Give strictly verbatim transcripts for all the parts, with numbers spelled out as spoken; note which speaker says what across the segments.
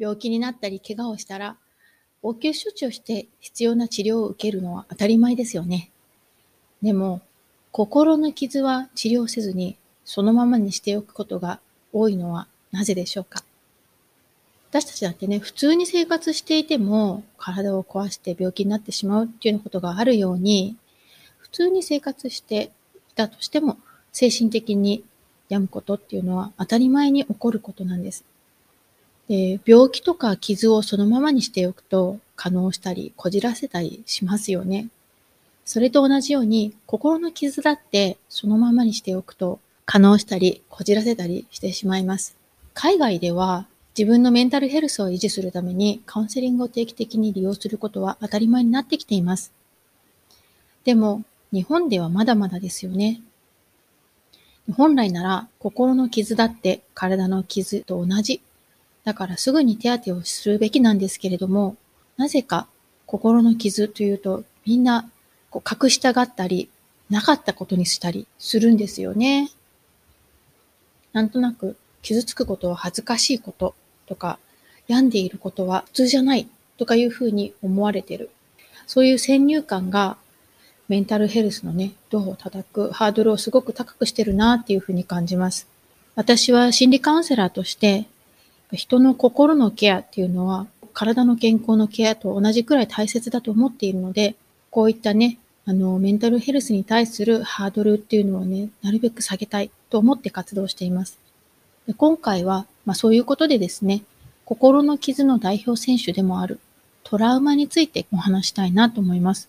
Speaker 1: 病気になったり怪我をしたら、応急処置をして必要な治療を受けるのは当たり前ですよね。でも、心の傷は治療せずにそのままにしておくことが多いのはなぜでしょうか。私たちだってね、普通に生活していても体を壊して病気になってしまうっていうようなことがあるように、普通に生活していたとしても精神的に病むことっていうのは当たり前に起こることなんです。で、病気とか傷をそのままにしておくと化膿したりこじらせたりしますよね。それと同じように心の傷だってそのままにしておくと化膿したりこじらせたりしてしまいます。海外では自分のメンタルヘルスを維持するためにカウンセリングを定期的に利用することは当たり前になってきています。でも日本ではまだまだですよね。本来なら心の傷だって体の傷と同じ。だからすぐに手当てをするべきなんですけれども、なぜか心の傷というとみんなこう隠したがったり、なかったことにしたりするんですよね。なんとなく傷つくことは恥ずかしいこととか、病んでいることは普通じゃないとかいうふうに思われている。そういう先入観がメンタルヘルスのね、ドアを叩くハードルをすごく高くしてるなっていうふうに感じます。私は心理カウンセラーとして、人の心のケアっていうのは体の健康のケアと同じくらい大切だと思っているので、こういったね、あの、メンタルヘルスに対するハードルっていうのをね、なるべく下げたいと思って活動しています。で今回は、まあそういうことでですね、心の傷の代表選手でもあるトラウマについてお話したいなと思います。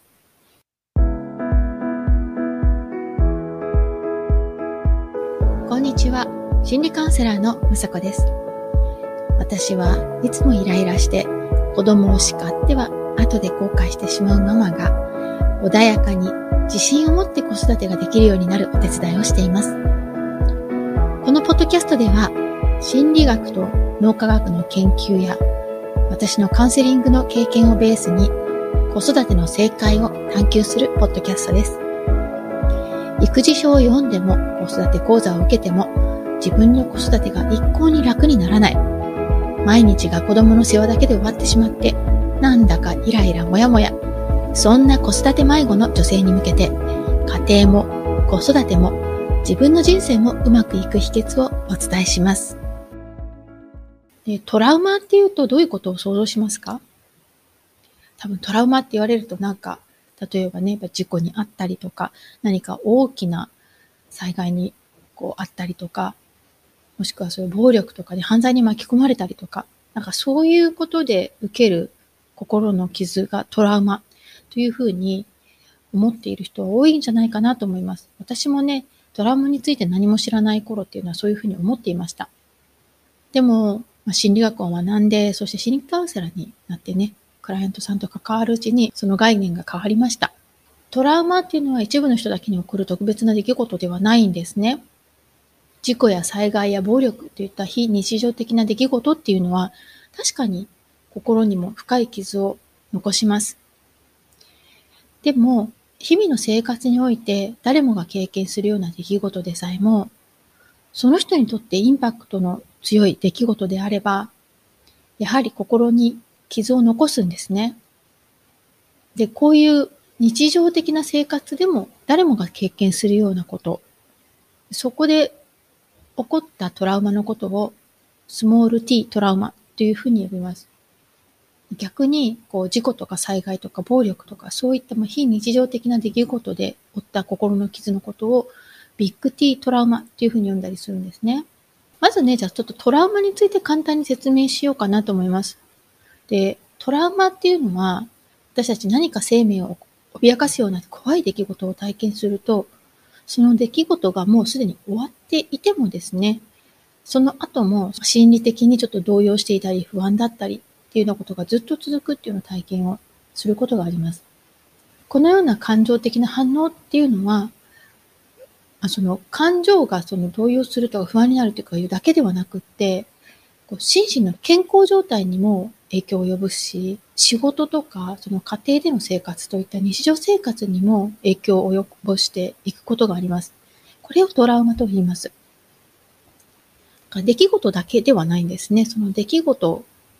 Speaker 1: こんにちは。心理カウンセラーのまさこです。私はいつもイライラして子供を叱っては後で後悔してしまうママが穏やかに自信を持って子育てができるようになるお手伝いをしています。このポッドキャストでは心理学と脳科学の研究や私のカウンセリングの経験をベースに子育ての正解を探求するポッドキャストです。育児書を読んでも子育て講座を受けても自分の子育てが一向に楽にならない。毎日が子供の世話だけで終わってしまってなんだかイライラモヤモヤ。そんな子育て迷子の女性に向けて家庭も子育ても自分の人生もうまくいく秘訣をお伝えします。でトラウマっていうとどういうことを想像しますか？多分トラウマって言われるとなんか例えばね、事故にあったりとか、何か大きな災害にこうあったりとか、もしくはそういう暴力とかで犯罪に巻き込まれたりとか、なんかそういうことで受ける心の傷がトラウマというふうに思っている人は多いんじゃないかなと思います。私もね、トラウマについて何も知らない頃っていうのはそういうふうに思っていました。でも、まあ、心理学を学んで、そして心理カウンセラーになってね、クライアントさんと関わるうちにその概念が変わりました。トラウマっていうのは一部の人だけに起こる特別な出来事ではないんですね。事故や災害や暴力といった非日常的な出来事っていうのは確かに心にも深い傷を残します。でも日々の生活において誰もが経験するような出来事でさえもその人にとってインパクトの強い出来事であればやはり心に傷を残すんですね。で、こういう日常的な生活でも誰もが経験するようなこと、そこで起こったトラウマのことをスモール t トラウマというふうに呼びます。逆にこう事故とか災害とか暴力とかそういった非日常的な出来事で負った心の傷のことをビッグ T トラウマというふうに呼んだりするんですね。まずね、じゃあちょっとトラウマについて簡単に説明しようかなと思います。で、トラウマっていうのは私たち何か生命を脅かすような怖い出来事を体験すると、その出来事がもうすでに終わっていてもですね、その後も心理的にちょっと動揺していたり不安だったりっていうようなことがずっと続くっていうような体験をすることがあります。このような感情的な反応っていうのは、その感情がその動揺するとか不安になるというだけではなくって、心身の健康状態にも影響を及ぼすし、仕事とかその家庭での生活といった日常生活にも影響を及ぼしていくことがあります。これをトラウマと言います。出来事だけではないんですね。その出来事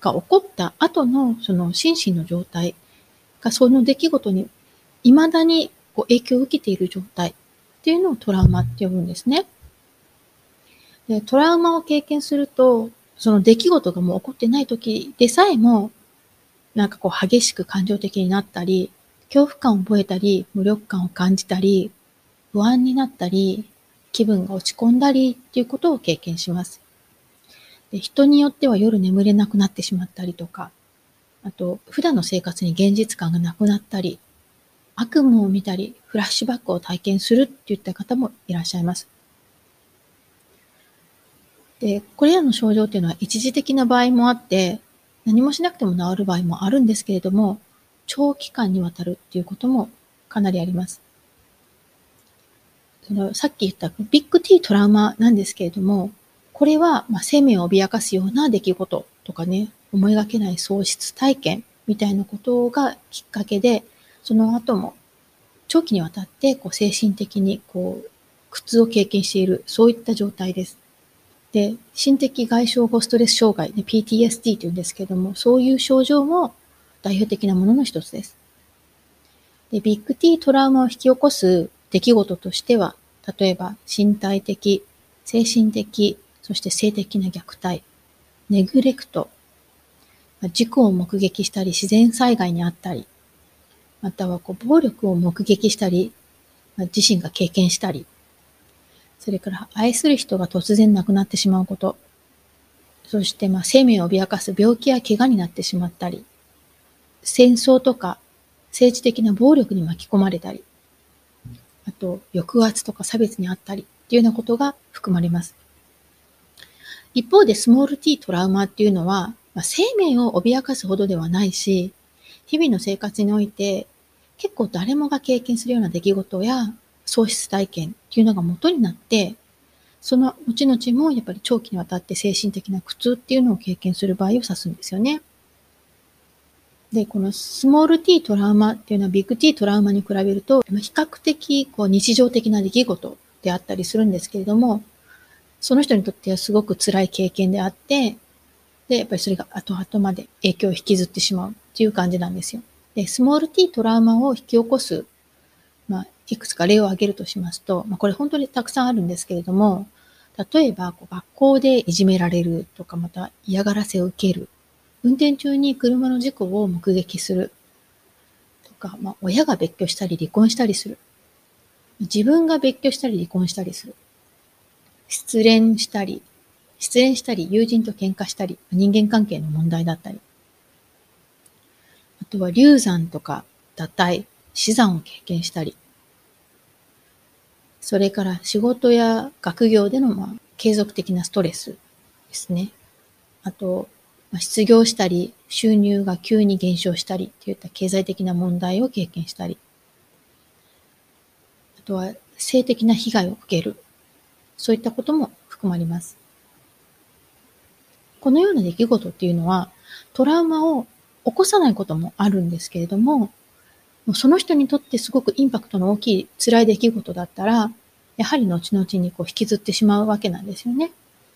Speaker 1: が起こった後のその心身の状態がその出来事に未だにこう影響を受けている状態っていうのをトラウマって呼ぶんですね。で、トラウマを経験すると、その出来事がもう起こってない時でさえも、なんかこう激しく感情的になったり、恐怖感を覚えたり、無力感を感じたり、不安になったり、気分が落ち込んだりっていうことを経験します。で、人によっては夜眠れなくなってしまったりとか、あと普段の生活に現実感がなくなったり、悪夢を見たり、フラッシュバックを体験するっていった方もいらっしゃいます。で、これらの症状っていうのは一時的な場合もあって、何もしなくても治る場合もあるんですけれども、長期間にわたるっていうこともかなりあります。そのさっき言ったビッグ T トラウマなんですけれども、これはまあ生命を脅かすような出来事とかね、思いがけない喪失体験みたいなことがきっかけで、その後も長期にわたってこう精神的にこう苦痛を経験している、そういった状態です。で、心的外傷後ストレス障害、ね、ピーティーエスディー というんですけども、そういう症状も代表的なものの一つです。で、ビッグ T トラウマを引き起こす出来事としては、例えば身体的、精神的、そして性的な虐待、ネグレクト、事故を目撃したり自然災害にあったり、またはこう暴力を目撃したり、自身が経験したり、それから愛する人が突然亡くなってしまうこと、そしてまあ生命を脅かす病気や怪我になってしまったり、戦争とか政治的な暴力に巻き込まれたり、あと抑圧とか差別にあったりっていうようなことが含まれます。一方でスモール t トラウマっていうのは、まあ、生命を脅かすほどではないし、日々の生活において結構誰もが経験するような出来事や喪失体験っていうのが元になって、その後々もやっぱり長期にわたって精神的な苦痛っていうのを経験する場合を指すんですよね。で、このスモール t トラウマっていうのはビッグ T トラウマに比べると、比較的こう日常的な出来事であったりするんですけれども、その人にとってはすごく辛い経験であって、で、やっぱりそれが後々まで影響を引きずってしまうっていう感じなんですよ。で、スモール t トラウマを引き起こす、まあ、いくつか例を挙げるとしますと、まあ、これ本当にたくさんあるんですけれども、例えばこう学校でいじめられるとか、また嫌がらせを受ける、運転中に車の事故を目撃するとか、まあ、親が別居したり離婚したりする、自分が別居したり離婚したりする、失恋したり、失恋したり、友人と喧嘩したり、人間関係の問題だったり、あとは流産とか堕胎、死産を経験したり、それから仕事や学業でのまあ継続的なストレスですね。あと、まあ、失業したり、収入が急に減少したりといった経済的な問題を経験したり、あとは性的な被害を受ける、そういったことも含まれます。このような出来事っていうのは、トラウマを起こさないこともあるんですけれども、もうその人にとってすごくインパクトの大きい辛い出来事だったら、やはり後々にこう引きずってしまうわけなんですよね。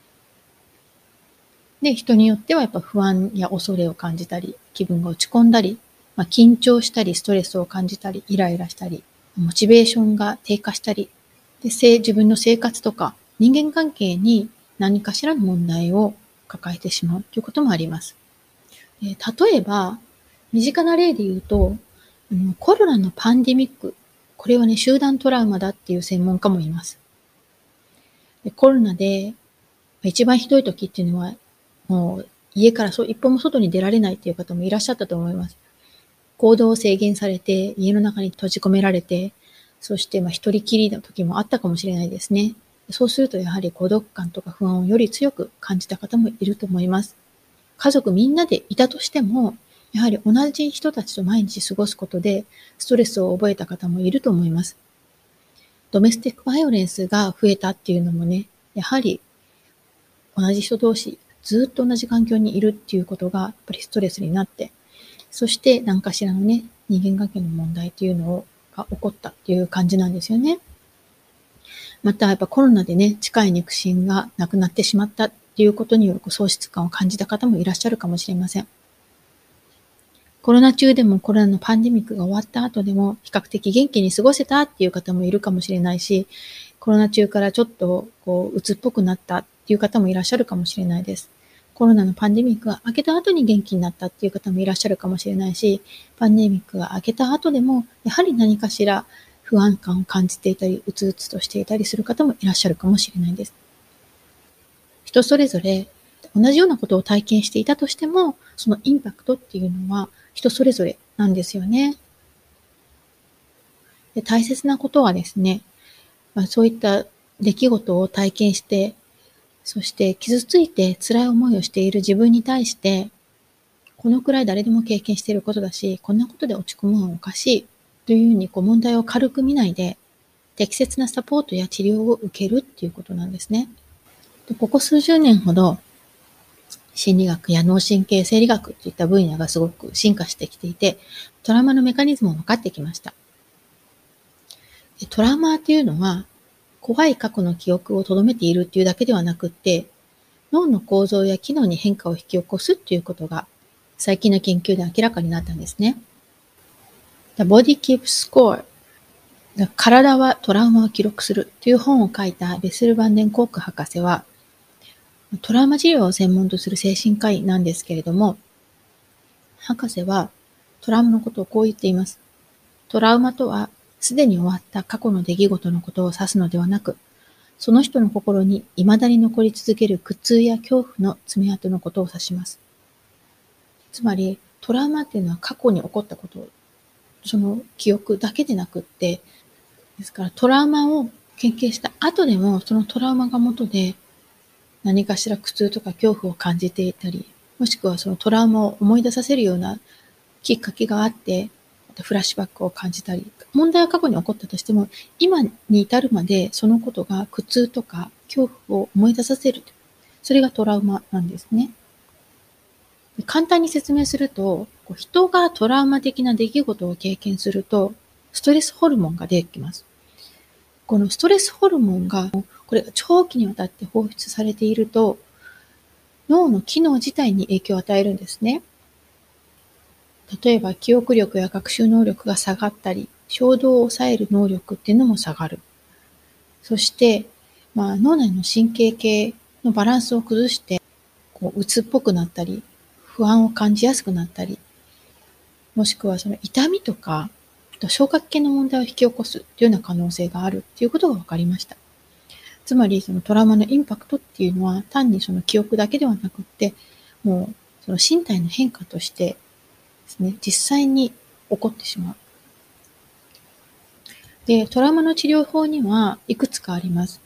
Speaker 1: で、人によってはやっぱ不安や恐れを感じたり、気分が落ち込んだり、まあ、緊張したり、ストレスを感じたり、イライラしたり、モチベーションが低下したり、で、自分の生活とか人間関係に何かしらの問題を抱えてしまうということもあります。例えば、身近な例で言うと、コロナのパンデミック、これはね、集団トラウマだっていう専門家もいます。でコロナで一番ひどい時っていうのは、もう家からそう一歩も外に出られないっていう方もいらっしゃったと思います。行動を制限されて、家の中に閉じ込められて、そしてまあ一人きりの時もあったかもしれないですね。そうするとやはり孤独感とか不安をより強く感じた方もいると思います。家族みんなでいたとしても、やはり同じ人たちと毎日過ごすことでストレスを覚えた方もいると思います。ドメスティックバイオレンスが増えたっていうのもね、やはり同じ人同士ずっと同じ環境にいるっていうことがやっぱりストレスになって、そして何かしらのね、人間関係の問題っていうのが起こったっていう感じなんですよね。またやっぱコロナでね、近い肉親が亡くなってしまったっっていうことによる喪失感を感じた方もいらっしゃるかもしれません。コロナ中でもコロナのパンデミックが終わった後でも比較的元気に過ごせたっていう方もいるかもしれないし、コロナ中からちょっとこう鬱っぽくなったっていう方もいらっしゃるかもしれないです。コロナのパンデミックが明けた後に元気になったっていう方もいらっしゃるかもしれないし、パンデミックが明けた後でもやはり何かしら不安感を感じていたり、うつうつとしていたりする方もいらっしゃるかもしれないです。人それぞれ同じようなことを体験していたとしても、そのインパクトっていうのは人それぞれなんですよね。で、大切なことはですね、まあ、そういった出来事を体験して、そして傷ついて辛い思いをしている自分に対して、このくらい誰でも経験していることだし、こんなことで落ち込むのはおかしいというふうにこう問題を軽く見ないで、適切なサポートや治療を受けるっていうことなんですね。で、ここ数十年ほど、心理学や脳神経生理学といった分野がすごく進化してきていて、トラウマのメカニズムも分かってきました。で、トラウマっていうのは、怖い過去の記憶を留めているっていうだけではなくって、脳の構造や機能に変化を引き起こすっていうことが、最近の研究で明らかになったんですね。The Body Keeps Score。体はトラウマを記録するという本を書いたベスル・バンデンコーク博士は、トラウマ治療を専門とする精神科医なんですけれども、博士はトラウマのことをこう言っています。トラウマとは、すでに終わった過去の出来事のことを指すのではなく、その人の心に未だに残り続ける苦痛や恐怖の爪痕のことを指します。つまり、トラウマっていうのは過去に起こったこと、その記憶だけでなくって、ですからトラウマを経験した後でも、そのトラウマが元で何かしら苦痛とか恐怖を感じていたり、もしくはそのトラウマを思い出させるようなきっかけがあって、フラッシュバックを感じたり、問題は過去に起こったとしても、今に至るまでそのことが苦痛とか恐怖を思い出させる。それがトラウマなんですね。簡単に説明すると、人がトラウマ的な出来事を経験すると、ストレスホルモンが出てきます。このストレスホルモンが、これが長期にわたって放出されていると、脳の機能自体に影響を与えるんですね。例えば、記憶力や学習能力が下がったり、衝動を抑える能力っていうのも下がる。そして、まあ、脳内の神経系のバランスを崩して、こう、鬱っぽくなったり、不安を感じやすくなったり、もしくはその痛みとか、消化器系の問題を引き起こすというような可能性があるということが分かりました。つまり、そのトラウマのインパクトっていうのは、単にその記憶だけではなくって、もう、その身体の変化として、ですね、実際に起こってしまう。で、トラウマの治療法にはいくつかあります。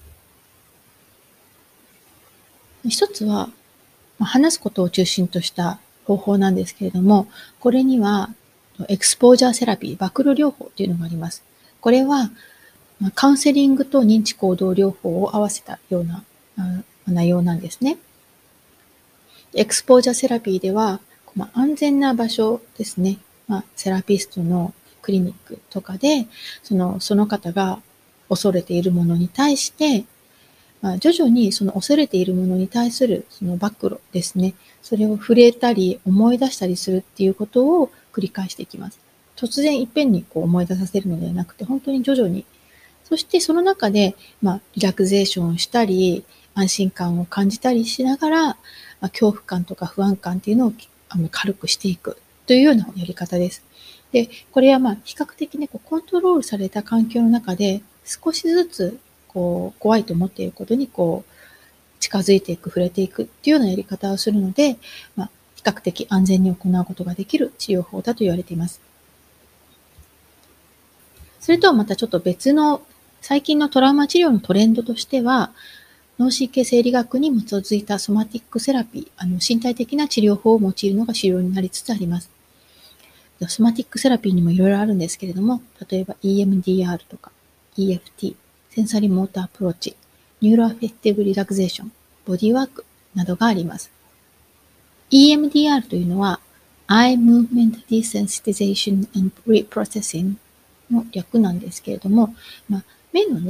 Speaker 1: 一つは、話すことを中心とした方法なんですけれども、これにはエクスポージャーセラピー、暴露療法というのがあります。これはカウンセリングと認知行動療法を合わせたような内容なんですね。エクスポージャーセラピーでは、まあ、安全な場所ですね。まあ、セラピストのクリニックとかで、その、その方が恐れているものに対して、まあ、徐々にその恐れているものに対するその暴露ですね。それを触れたり思い出したりするっていうことを繰り返していきます。突然いっぺんにこう思い出させるのではなくて、本当に徐々に。そしてその中で、まあ、リラクゼーションをしたり、安心感を感じたりしながら、まあ、恐怖感とか不安感っていうのをあの軽くしていくというようなやり方です。で、これはまあ比較的ね、こうコントロールされた環境の中で少しずつこう怖いと思っていることにこう近づいていく、触れていくっていうようなやり方をするので、まあ、比較的安全に行うことができる治療法だと言われています。それとはまたちょっと別の最近のトラウマ治療のトレンドとしては、脳神経生理学に基づいたソマティックセラピー、あの身体的な治療法を用いるのが主流になりつつあります。ソマティックセラピーにもいろいろあるんですけれども、例えば イーエムディーアール とか イーエフティー、センサリモーターアプローチ、ニューロアフェクティブリラクゼーション、ボディワークなどがあります。イーエムディーアール というのは Eye Movement Desensitization and Reprocessing の略なんですけれども、まあ、目のね、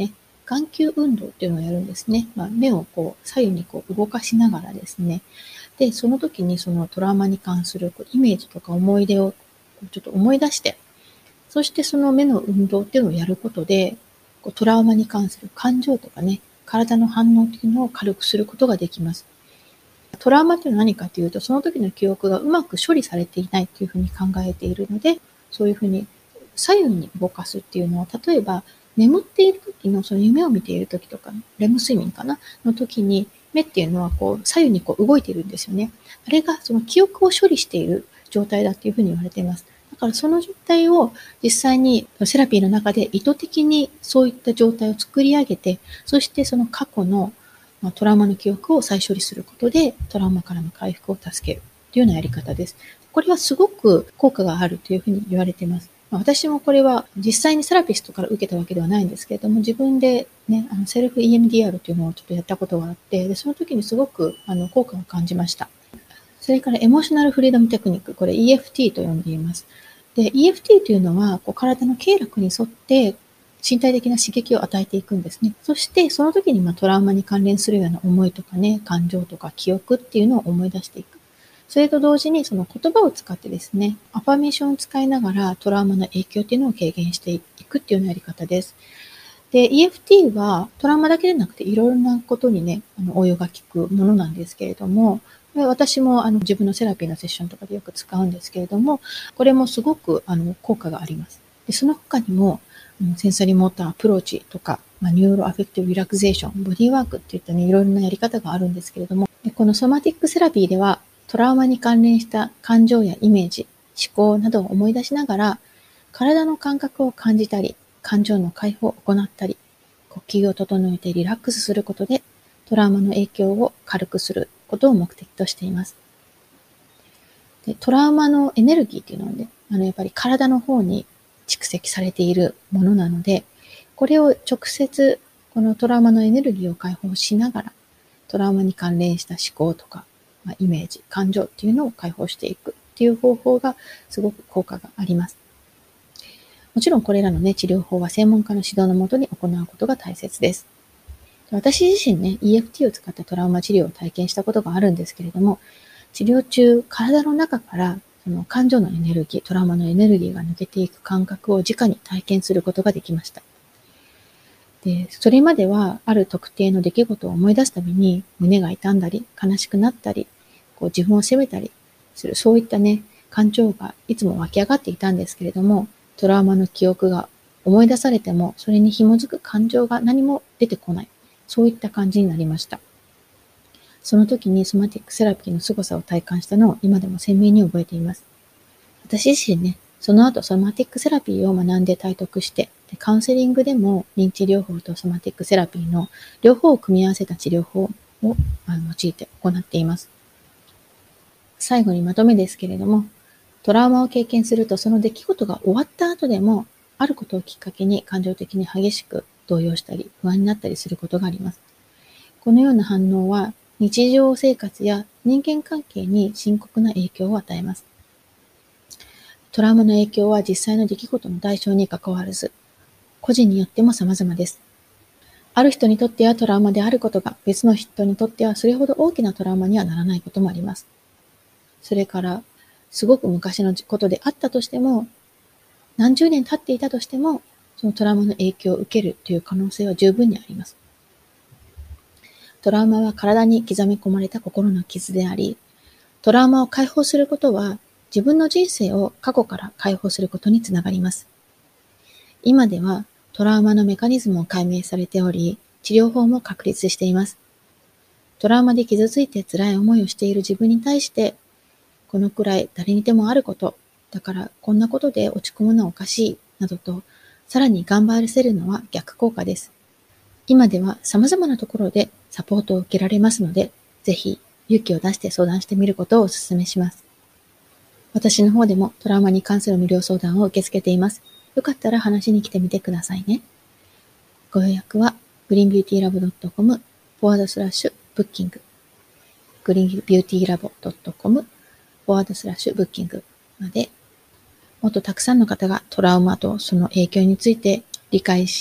Speaker 1: 眼球運動っていうのをやるんですね。まあ、目をこう左右にこう動かしながらですね。で、その時にそのトラウマに関するイメージとか思い出をちょっと思い出して、そしてその目の運動っていうのをやることで、こうトラウマに関する感情とかね、体の反応っていうのを軽くすることができます。トラウマっていうのは何かというと、その時の記憶がうまく処理されていないというふうに考えているので、そういうふうに左右に動かすっていうのは、例えば眠っている時のその夢を見ている時とか、レム睡眠かなの時に、目っていうのはこう左右にこう動いているんですよね。あれがその記憶を処理している状態だっていうふうに言われています。だからその状態を実際にセラピーの中で意図的にそういった状態を作り上げて、そしてその過去のトラウマの記憶を再処理することでトラウマからの回復を助けるというようなやり方です。これはすごく効果があるというふうに言われています。私もこれは実際にセラピストから受けたわけではないんですけれども、自分でね、あのセルフ イーエムディーアール というのをちょっとやったことがあって、でその時にすごくあの効果を感じました。それからエモーショナルフリーダムテクニック、これ イーエフティー と呼んでいます。で、イーエフティー というのはこう体の経絡に沿って身体的な刺激を与えていくんですね。そしてその時にまあトラウマに関連するような思いとかね、感情とか記憶っていうのを思い出していく。それと同時にその言葉を使ってですね、アファメーションを使いながらトラウマの影響っていうのを軽減していくっていうようなやり方です。で、イーエフティー はトラウマだけでなくていろいろなことにね、あの応用が効くものなんですけれども、私もあの自分のセラピーのセッションとかでよく使うんですけれども、これもすごくあの効果があります。で、その他にも、センサリーモーターアプローチとか、まあ、ニューロアフェクティブリラクゼーション、ボディーワークっていったね、いろいろなやり方があるんですけれども、でこのソマティックセラピーでは、トラウマに関連した感情やイメージ、思考などを思い出しながら、体の感覚を感じたり、感情の解放を行ったり、呼吸を整えてリラックスすることで、トラウマの影響を軽くすることを目的としています。でトラウマのエネルギーっていうのはね、あのやっぱり体の方に蓄積されているものなので、これを直接このトラウマのエネルギーを解放しながら、トラウマに関連した思考とか、まあ、イメージ、感情っていうのを解放していくっていう方法がすごく効果があります。もちろんこれらのね、治療法は専門家の指導のもとに行うことが大切です。私自身ね、イーエフティー を使ったトラウマ治療を体験したことがあるんですけれども、治療中、体の中からその感情のエネルギー、トラウマのエネルギーが抜けていく感覚を直に体験することができました。で、それまではある特定の出来事を思い出すたびに胸が痛んだり、悲しくなったり、こう自分を責めたりする、そういったね、感情がいつも湧き上がっていたんですけれども、トラウマの記憶が思い出されても、それに紐づく感情が何も出てこない。そういった感じになりました。その時にソマティックセラピーの凄さを体感したのを今でも鮮明に覚えています。私自身ね、その後ソマティックセラピーを学んで体得して、カウンセリングでも認知療法とソマティックセラピーの両方を組み合わせた治療法を用いて行っています。最後にまとめですけれども、トラウマを経験するとその出来事が終わった後でも、あることをきっかけに感情的に激しく動揺したり不安になったりすることがあります。このような反応は日常生活や人間関係に深刻な影響を与えます。トラウマの影響は実際の出来事の代償にかかわらず、個人によっても様々です。ある人にとってはトラウマであることが、別の人にとってはそれほど大きなトラウマにはならないこともあります。それから、すごく昔のことであったとしても、何十年経っていたとしても、そのトラウマの影響を受けるという可能性は十分にあります。トラウマは体に刻み込まれた心の傷であり、トラウマを解放することは、自分の人生を過去から解放することにつながります。今ではトラウマのメカニズムを解明されており、治療法も確立しています。トラウマで傷ついて辛い思いをしている自分に対して、このくらい誰にでもあること、だからこんなことで落ち込むのはおかしい、などと、さらに頑張らせるのは逆効果です。今では様々なところでサポートを受けられますので、ぜひ勇気を出して相談してみることをお勧めします。私の方でもトラウマに関する無料相談を受け付けています。よかったら話に来てみてくださいね。ご予約は グリーンビューティーラボドットコム フォワードスラッシュブッキング グリーンビューティーラボドットコム フォワードスラッシュブッキングまで、もっとたくさんの方がトラウマとその影響について理解し、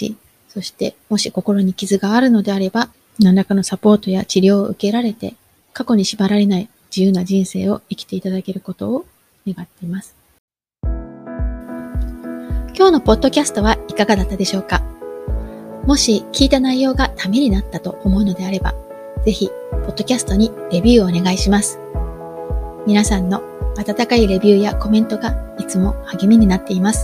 Speaker 1: そしてもし心に傷があるのであれば、何らかのサポートや治療を受けられて、過去に縛られない自由な人生を生きていただけることを願っています。今日のポッドキャストはいかがだったでしょうか？もし聞いた内容がためになったと思うのであれば、ぜひ、ポッドキャストにレビューをお願いします。皆さんの温かいレビューやコメントがいつも励みになっています。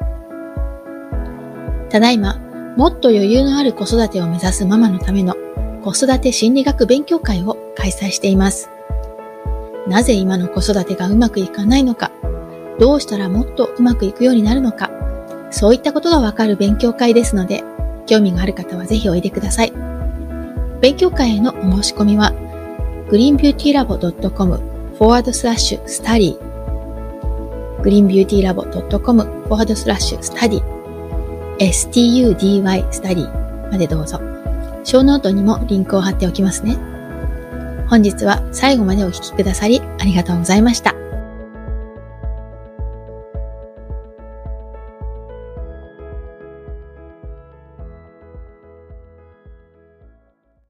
Speaker 1: ただいま、もっと余裕のある子育てを目指すママのための子育て心理学勉強会を開催しています。なぜ今の子育てがうまくいかないのか、どうしたらもっとうまくいくようになるのか、そういったことがわかる勉強会ですので、興味がある方はぜひおいでください。勉強会へのお申し込みは、グリーンビューティーラボドットコム フォワードスラッシュスタディ グリーンビューティーラボドットコム フォワードスラッシュスタディ エスティーユーディーワイ スタディまでどうぞ。ショーノートにもリンクを貼っておきますね。本日は最後までお聞きくださりありがとうございました。